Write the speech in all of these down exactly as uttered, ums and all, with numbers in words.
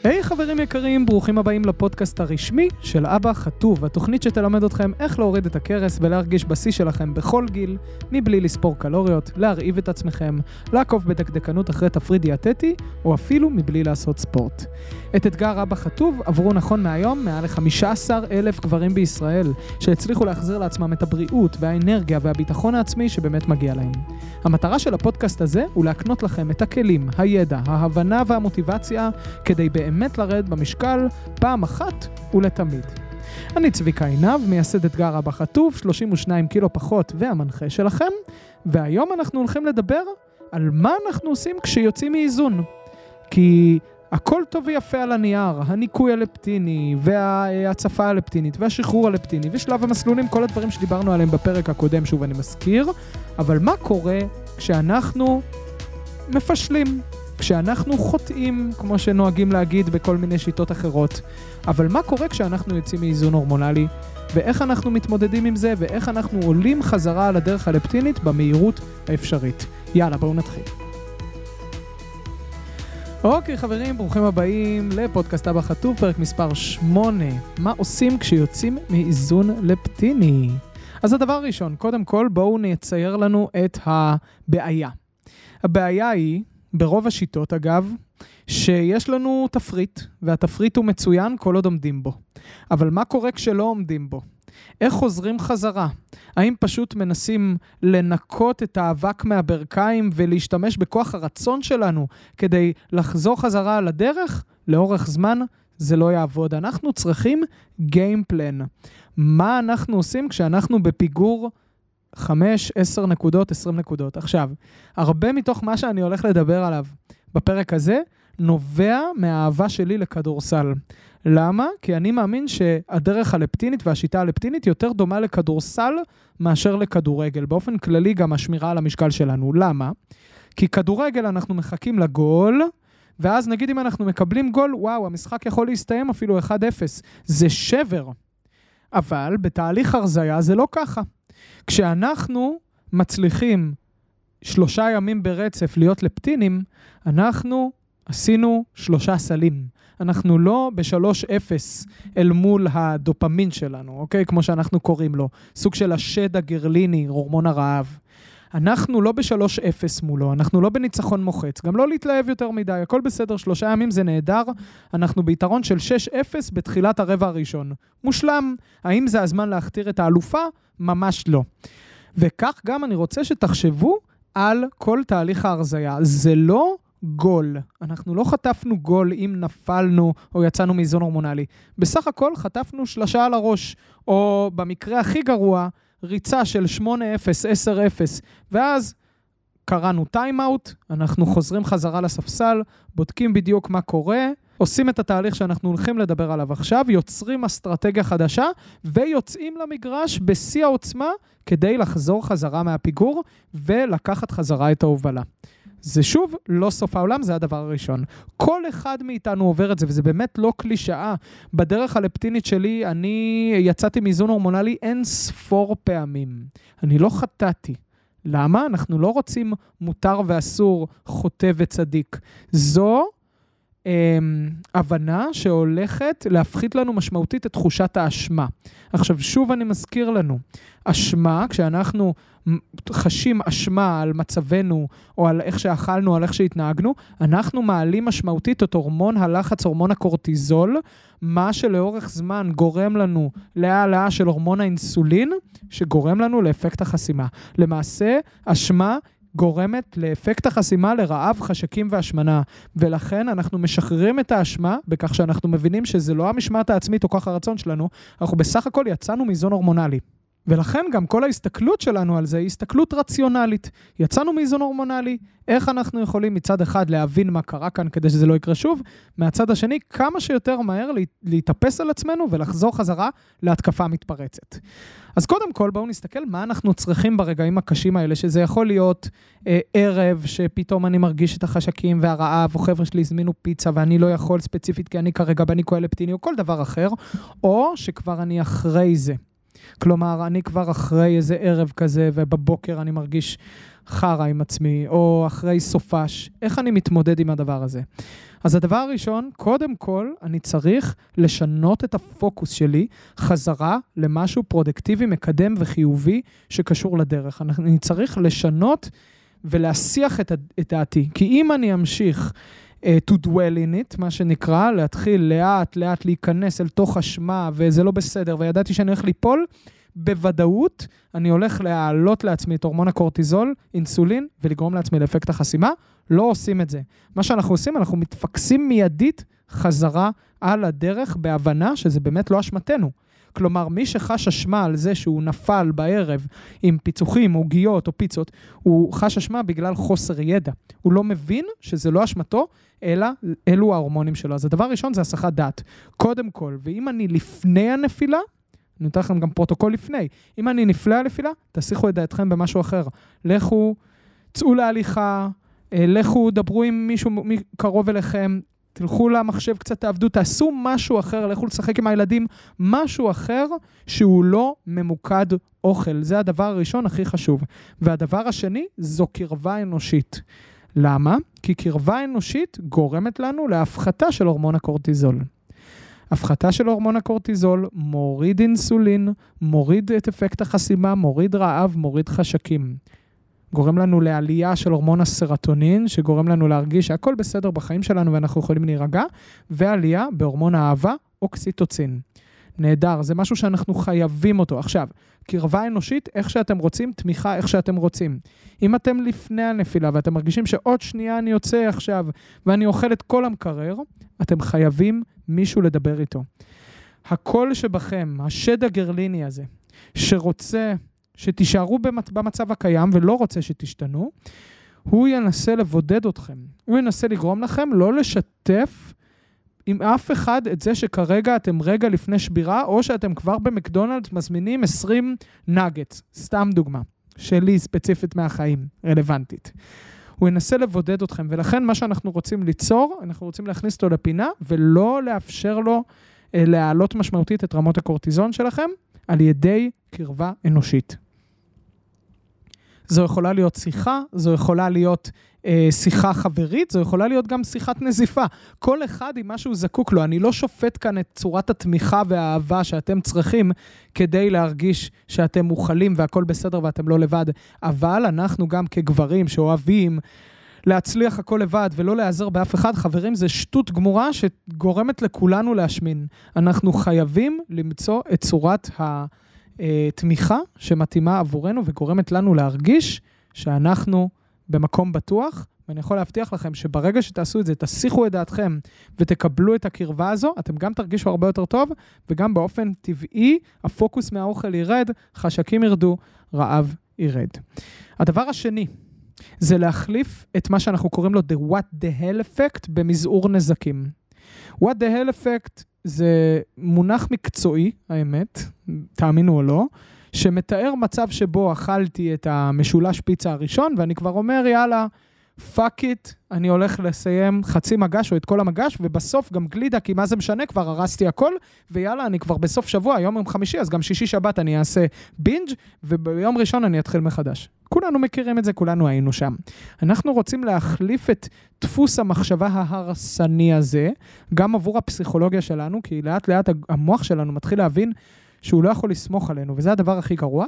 היי hey, חברים יקרים, ברוכים הבאים לפודקאסט הרשמי של אבא חטוב, התוכנית שתלמד אתכם איך להוריד את הקרס ולהרגיש בשיא שלכם בכל גיל, מבלי לספור קלוריות, להרעיב את עצמכם, לעקוף בדקדקנות אחרי תפריט דיאטטי, או אפילו מבלי לעשות ספורט. את אתגר אבא חטוב עברו נכון מהיום מעל ל-חמישה עשר אלף גברים בישראל, שהצליחו להחזיר לעצמם את הבריאות והאנרגיה והביטחון העצמי שבאמת מגיע להם. המטרה של הפודקאסט הזה הוא להקנות לכם את הכלים, הידע, ההבנה והמוטיבציה כדי באמת לרד במשקל פעם אחת ולתמיד. אני צביקה עינב, מייסד אתגר אבא חטוב, שלושים ושניים קילו פחות והמנחה שלכם, והיום אנחנו הולכים לדבר על מה אנחנו עושים כשיוצאים מאיזון. כי הכל טוב ויפה על הנייר, הניקוי הלפטיני וההצפה הלפטינית והשחרור הלפטיני ושלב המסלולים, כל הדברים שדיברנו עליהם בפרק הקודם, שוב אני מזכיר, אבל מה קורה כשאנחנו מפשלים? כשאנחנו חוטאים, כמו שנוהגים להגיד בכל מיני שיטות אחרות. אבל מה קורה כשאנחנו יוצאים מאיזון הורמונלי, ואיך אנחנו מתמודדים עם זה, ואיך אנחנו עולים חזרה על הדרך הלפטינית במהירות האפשרית. יאללה, בואו נתחיל. אוקיי חברים, ברוכים הבאים לפודקאסט אבא חטוב, פרק מספר שמונה. מה עושים כשיוצאים מאיזון לפטיני? אז הדבר הראשון, קודם כל בואו נצייר לנו את הבעיה. הבעיה היא, ברוב השיטות אגב, שיש לנו תפריט, והתפריט הוא מצוין כל עוד עומדים בו. אבל מה קורה כשלא עומדים בו? איך חוזרים חזרה? האם פשוט מנסים לנקות את האבק מהברכיים ולהשתמש בכוח הרצון שלנו כדי לחזור חזרה על הדרך? לאורך זמן זה לא יעבוד. אנחנו צריכים game plan. מה אנחנו עושים כשאנחנו בפיגור חמש, עשר נקודות, עשרים נקודות? עכשיו, הרבה מתוך מה שאני הולך לדבר עליו בפרק הזה, נובע מהאהבה שלי לכדורסל. למה? כי אני מאמין שהדרך הלפטינית והשיטה הלפטינית יותר דומה לכדורסל מאשר לכדורגל. באופן כללי גם השמירה על המשקל שלנו. למה? כי כדורגל אנחנו מחכים לגול, ואז נגיד אם אנחנו מקבלים גול, וואו, המשחק יכול להסתיים אפילו אחד אפס. זה שבר. אבל בתהליך הרזיה זה לא ככה. כשאנחנו מצליחים שלושה ימים ברצף להיות לפטינים, אנחנו עשינו שלושה סלים. אנחנו לא בשלוש אפס אל מול הדופמין שלנו, אוקיי? כמו שאנחנו קוראים לו. סוג של השד הגרליני, הורמון הרעב. אנחנו לא בשלוש אפס מולו, אנחנו לא בניצחון מוחץ, גם לא להתלהב יותר מדי, הכל בסדר, שלושה ימים זה נהדר, אנחנו ביתרון של שש אפס בתחילת הרבע הראשון. מושלם, האם זה הזמן להכתיר את האלופה? ממש לא. וכך גם אני רוצה שתחשבו על כל תהליך ההרזיה. זה לא גול. אנחנו לא חטפנו גול אם נפלנו או יצאנו מאיזון הורמונלי. בסך הכל חטפנו שלשה על הראש, או במקרה הכי גרוע, ריצה של שמונה אפס, עשר אפס, ואז קראנו טיים-אוט, אנחנו חוזרים חזרה לספסל, בודקים בדיוק מה קורה, עושים את התהליך שאנחנו הולכים לדבר עליו עכשיו, יוצרים אסטרטגיה חדשה, ויוצאים למגרש בשיא העוצמה, כדי לחזור חזרה מהפיגור, ולקחת חזרה את ההובלה. זה שוב לא סוף העולם, זה הדבר הראשון. כל אחד מאיתנו עובר את זה, וזה באמת לא קלישאה. בדרך הלפטינית שלי, אני יצאתי מאיזון הורמונלי אין ספור פעמים. אני לא חטאתי. למה? אנחנו לא רוצים מותר ואסור, חוטא וצדיק. זו אה, הבנה שהולכת להפחית לנו משמעותית את תחושת האשמה. עכשיו, שוב אני מזכיר לנו, אשמה, כשאנחנו חשים אשמה על מצבנו, או על איך שאכלנו, על איך שהתנהגנו, אנחנו מעלים משמעותית את הורמון הלחץ, הורמון הקורטיזול, מה שלאורך זמן גורם לנו להעלאה של הורמון האינסולין, שגורם לנו לאפקט החסימה. למעשה, אשמה גורמת לאפקט החסימה לרעב, חשקים והשמנה, ולכן אנחנו משחררים את האשמה, בכך שאנחנו מבינים שזה לא המשמעת העצמית או כוח הרצון שלנו, אנחנו בסך הכל יצאנו מאיזון הורמונלי. ולכן גם כל ההסתכלות שלנו על זה היא הסתכלות רציונלית. יצאנו מאיזון הורמונלי, איך אנחנו יכולים מצד אחד להבין מה קרה כאן כדי שזה לא יקרה שוב, מהצד השני כמה שיותר מהר להתאפס על עצמנו ולחזור חזרה להתקפה מתפרצת. אז קודם כל בואו נסתכל מה אנחנו צריכים ברגעים הקשים האלה, שזה יכול להיות אה, ערב שפתאום אני מרגיש את החשקים והרעב, או חבר'ה שלי הזמינו פיצה ואני לא יכול ספציפית כי אני כרגע בניקוי לפטיני או כל דבר אחר, או שכבר אני אחרי זה. כלומר, אני כבר אחרי איזה ערב כזה, ובבוקר אני מרגיש חרה עם עצמי, או אחרי סופש, איך אני מתמודד עם הדבר הזה? אז הדבר הראשון, קודם כל, אני צריך לשנות את הפוקוס שלי חזרה למשהו פרודקטיבי, מקדם וחיובי שקשור לדרך. אני צריך לשנות ולהסיח את דעתי. כי אם אני אמשיך uh, to dwell in it, מה שנקרא, להתחיל לאט לאט להיכנס אל תוך אשמה, וזה לא בסדר, וידעתי שאני הולך ליפול, בוודאות אני הולך להעלות לעצמי את הורמון הקורטיזול, אינסולין, ולגרום לעצמי לאפקט החסימה. לא עושים את זה. מה שאנחנו עושים, אנחנו מתפקסים מיידית חזרה על הדרך, בהבנה שזה באמת לא אשמתנו. כלומר, מי שחש אשמה על זה שהוא נפל בערב עם פיצוחים, עוגיות או פיצות, הוא חש אשמה בגלל חוסר ידע. הוא לא מבין שזה לא אשמתו, אלא אלו ההורמונים שלו. אז הדבר הראשון זה הסחת דעת. קודם כל, ואם אני לפני הנפילה, אני נותן לכם גם פרוטוקול לפני. אם אני נפלה על נפילה, תסיכו את דעתכם במשהו אחר. לכו, צאו להליכה, לכו, דברו עם מישהו קרוב אליכם, תלכו למחשב קצת, תעבדו, תעשו משהו אחר, לכו לשחק עם הילדים, משהו אחר שהוא לא ממוקד אוכל. זה הדבר הראשון הכי חשוב. והדבר השני זו קרבה אנושית. למה? כי קרבה אנושית גורמת לנו להפחתה של הורמון הקורטיזול. הפחתה של הורמון הקורטיזול מוריד אינסולין, מוריד את אפקט החסימה, מוריד רעב, מוריד חשקים. גורם לנו לעלייה של הורמון הסרטונין, שגורם לנו להרגיש שהכל בסדר בחיים שלנו ואנחנו יכולים להירגע, ועלייה בהורמון האהבה, אוקסיטוצין. נהדר, זה משהו שאנחנו חייבים אותו. עכשיו, קרבה אנושית, איך שאתם רוצים, תמיכה, איך שאתם רוצים. אם אתם לפני הנפילה ואתם מרגישים שעוד שנייה אני יוצא עכשיו ואני אוכל את כל המקרר, אתם חייבים מישהו לדבר איתו. הקול שבכם, השד הגרליני הזה, שרוצה שתישארו במצב הקיים ולא רוצה שתשתנו, הוא ינסה לבודד אתכם. הוא ינסה לגרום לכם לא לשתף עם אף אחד את זה שכרגע אתם רגע לפני שבירה, או שאתם כבר במקדונלדס מזמינים עשרים נאגטס, סתם דוגמה, שלי ספציפית מהחיים, רלוונטית. הוא ינסה לבודד אתכם, ולכן מה שאנחנו רוצים ליצור, אנחנו רוצים להכניס אותו לפינה, ולא לאפשר לו אה, להעלות משמעותית את רמות הקורטיזון שלכם, על ידי קרבה אנושית. זו יכולה להיות שיחה, זו יכולה להיות אה, שיחה חברית, זו יכולה להיות גם שיחת נזיפה. כל אחד עם מה שהוא זקוק לו. אני לא שופט כאן את צורת התמיכה והאהבה שאתם צריכים כדי להרגיש שאתם מוכלים והכל בסדר ואתם לא לבד. אבל אנחנו גם כגברים שאוהבים להצליח הכל לבד ולא לעזר באף אחד, חברים, זה שטות גמורה שגורמת לכולנו להשמין. אנחנו חייבים למצוא את צורת התמיכה שמתאימה עבורנו וגורמת לנו להרגיש שאנחנו במקום בטוח, ואני יכול להבטיח לכם שברגע שתעשו את זה, תסיכו את דעתכם ותקבלו את הקרבה הזו, אתם גם תרגישו הרבה יותר טוב, וגם באופן טבעי הפוקוס מהאוכל ירד, חשקים ירדו, רעב ירד. הדבר השני, זה להחליף את מה שאנחנו קוראים לו the what the hell effect במזעור נזקים. what the hell effect זה מונח מקצועי, האמת, תאמינו או לא, שמתאר מצב שבו אכלתי את המשולש פיצה הראשון, ואני כבר אומר, יאללה, fuck it, אני הולך לסיים חצי מגש או את כל המגש, ובסוף גם גלידה, כי מה זה משנה, כבר הרסתי הכל, ויאללה, אני כבר בסוף שבוע, היום יום חמישי, אז גם שישי שבת אני אעשה בינג', וביום ראשון אני אתחיל מחדש. כולנו מכירים את זה, כולנו היינו שם. אנחנו רוצים להחליף את דפוס המחשבה ההרסני הזה, גם עבור הפסיכולוגיה שלנו, כי לאט לאט המוח שלנו מתחיל להבין שהוא לא יכול לסמוך עלינו, וזה הדבר הכי גרוע,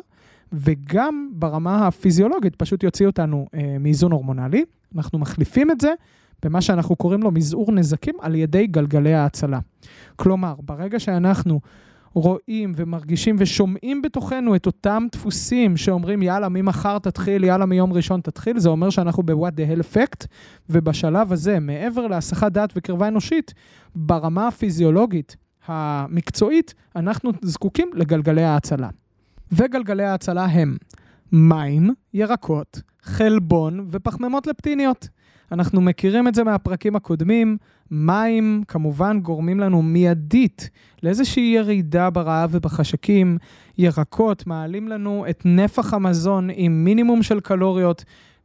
וגם ברמה הפיזיולוגית פשוט יוציא אותנו אה, מאיזון הורמונלי, אנחנו מחליפים את זה במה שאנחנו קוראים לו מזעור נזקים על ידי גלגלי ההצלה. כלומר, ברגע שאנחנו רואים ומרגישים ושומעים בתוכנו את אותם דפוסים שאומרים יאללה ממחר תתחיל, יאללה מיום ראשון תתחיל, זה אומר שאנחנו ב-what the hell effect, ובשלב הזה, מעבר להסחת דעת וקרבה אנושית, ברמה הפיזיולוגית המקצועית, אנחנו זקוקים לגלגלי ההצלה. וגלגלי ההצלה הם מים, ירקות, חלבון ופחמימות לפטיניות. אנחנו מכירים את זה מהפרקים הקודמים, מים כמובן גורמים לנו מיידית לאיזושהי ירידה ברעב ובחשקים, ירקות מעלים לנו את נפח המזון עם מינימום של קלוריות,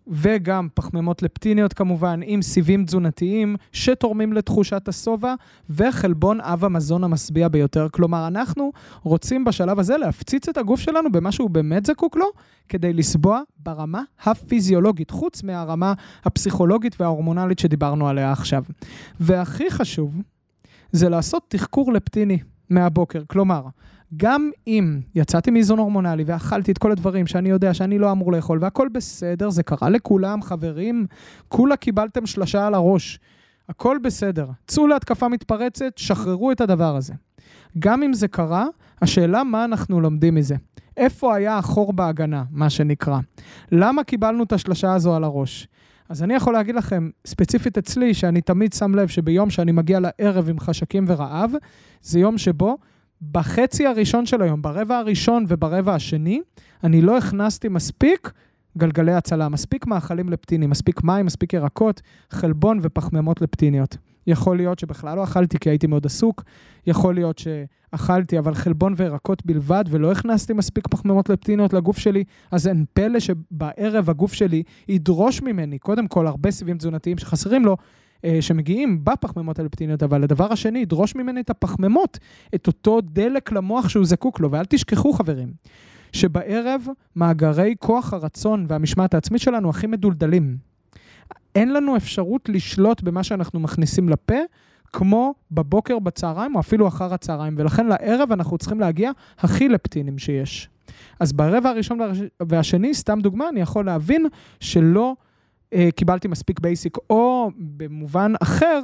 וגם פחמימות לפטיניות כמובן, עם סיבים תזונתיים שתורמים לתחושת הסובה, וחלבון אב המזון המשביע ביותר. כלומר, אנחנו רוצים בשלב הזה להפציץ את הגוף שלנו במה שהוא באמת זקוק לו, כדי לסבוע ברמה הפיזיולוגית, חוץ מהרמה הפסיכולוגית וההורמונלית שדיברנו עליה עכשיו. והכי חשוב, זה לעשות תחקור לפטיני מהבוקר. כלומר, גם אם יצאתי מאיזון הורמונלי ואכלתי את כל הדברים שאני יודע שאני לא אמור לאכול, והכל בסדר, זה קרה לכולם, חברים, כולה קיבלתם שלשה על הראש, הכל בסדר. צאו להתקפה מתפרצת, שחררו את הדבר הזה. גם אם זה קרה, השאלה מה אנחנו לומדים מזה. איפה היה החור בהגנה, מה שנקרא? למה קיבלנו את השלשה הזו על הראש? אז אני יכול להגיד לכם, ספציפית אצלי, שאני תמיד שם לב שביום שאני מגיע לערב עם חשקים ורעב, זה יום שבו, בחצי הראשון של היום, ברבע הראשון וברבע השני, אני לא הכנסתי מספיק גלגלי הצלה, מספיק מאכלים לפטינים, מספיק מים, מספיק ירקות, חלבון ופחמימות לפטיניות. יכול להיות שבכלל לא אכלתי כי הייתי מאוד עסוק, יכול להיות שאכלתי אבל חלבון וירקות בלבד, ולא הכנסתי מספיק פחמימות לפטיניות לגוף שלי, אז אין פלא שבערב הגוף שלי ידרוש ממני, קודם כל הרבה סיבים תזונתיים שחסרים לו, שמגיעים בפחמימות הלפטיניות, אבל הדבר השני, ידרוש ממני את הפחמימות, את אותו דלק למוח שהוא זקוק לו, ואל תשכחו חברים, שבערב מאגרי כוח הרצון והמשמעת העצמית שלנו הכי מדולדלים. אין לנו אפשרות לשלוט במה שאנחנו מכניסים לפה, כמו בבוקר, בצהריים, או אפילו אחר הצהריים, ולכן לערב אנחנו צריכים להגיע הכי לפטינים שיש. אז ברבע הראשון והשני, סתם דוגמה, אני יכול להבין שלא קיבלתי מספיק בייסיק, או במובן אחר,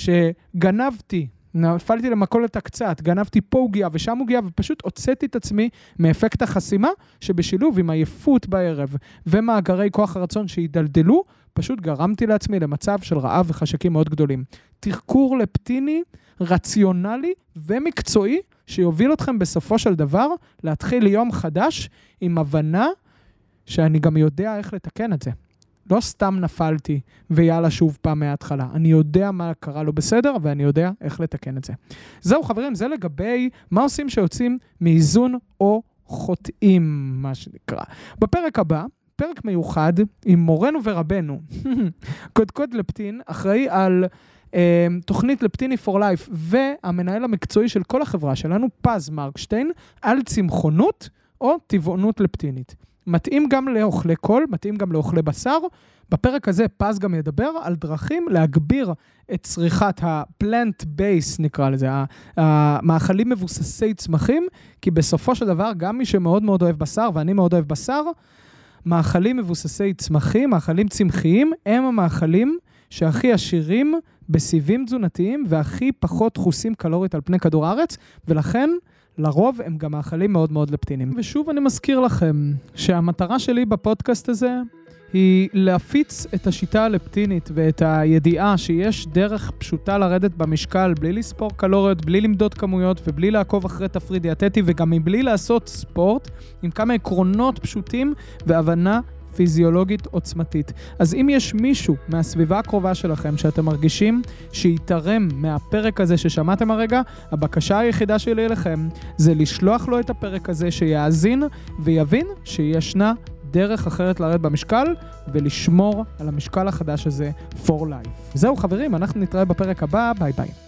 שגנבתי, נפלתי למכולת הקצת, גנבתי פה הוגיעה ושם הוגיעה, ופשוט הוצאתי את עצמי מאפקט החסימה, שבשילוב עם עייפות בערב, ומאגרי כוח הרצון שידלדלו, פשוט גרמתי לעצמי למצב של רעב וחשקים מאוד גדולים. תחקור לפטיני, רציונלי ומקצועי, שיוביל אתכם בסופו של דבר, להתחיל יום חדש, עם הבנה שאני גם יודע איך לתקן את זה. לא סתם נפלתי ויאללה שוב פעם מההתחלה. אני יודע מה קרה לו בסדר ואני יודע איך לתקן את זה. זהו חברים, זה לגבי מה עושים שיוצאים מאיזון או חוטאים, מה שנקרא. בפרק הבא, פרק מיוחד עם מורנו ורבנו, קודקוד לפטין, אחראי על אה, תוכנית לפטיני for life, והמנהל המקצועי של כל החברה שלנו, פז מרקשטיין, על צמחונות או טבעונות לפטינית. מתאים גם לאוכלי קול, מתאים גם לאוכלי בשר. בפרק הזה פז גם ידבר על דרכים להגביר את צריכת ה-plant base, נקרא לזה, המאכלים מבוססי צמחים, כי בסופו של דבר גם מי שמאוד מאוד אוהב בשר, ואני מאוד אוהב בשר, מאכלים מבוססי צמחים, מאכלים צמחיים, הם המאכלים שהכי עשירים בסיבים תזונתיים, והכי פחות דחוסים קלורית על פני כדור הארץ, ולכן לרוב הם גם מאכלים מאוד מאוד לפטינים. ושוב אני מזכיר לכם שהמטרה שלי בפודקאסט הזה היא להפיץ את השיטה הלפטינית ואת הידיעה שיש דרך פשוטה לרדת במשקל בלי לספור קלוריות, בלי למדוד כמויות ובלי לעקוב אחרי תפריט דיאטטי וגם מבלי לעשות ספורט, עם כמה עקרונות פשוטים והבנה פיזיולוגית עוצמתית. אז אם יש מישהו מהסביבה הקרובה שלכם שאתם מרגישים שיתרם מהפרק הזה ששמעתם הרגע, הבקשה היחידה שלי אליכם זה לשלוח לו את הפרק הזה שיאזין ויבין שישנה דרך אחרת לרדת במשקל ולשמור על המשקל החדש הזה for life. זהו חברים, אנחנו נתראה בפרק הבא, ביי ביי.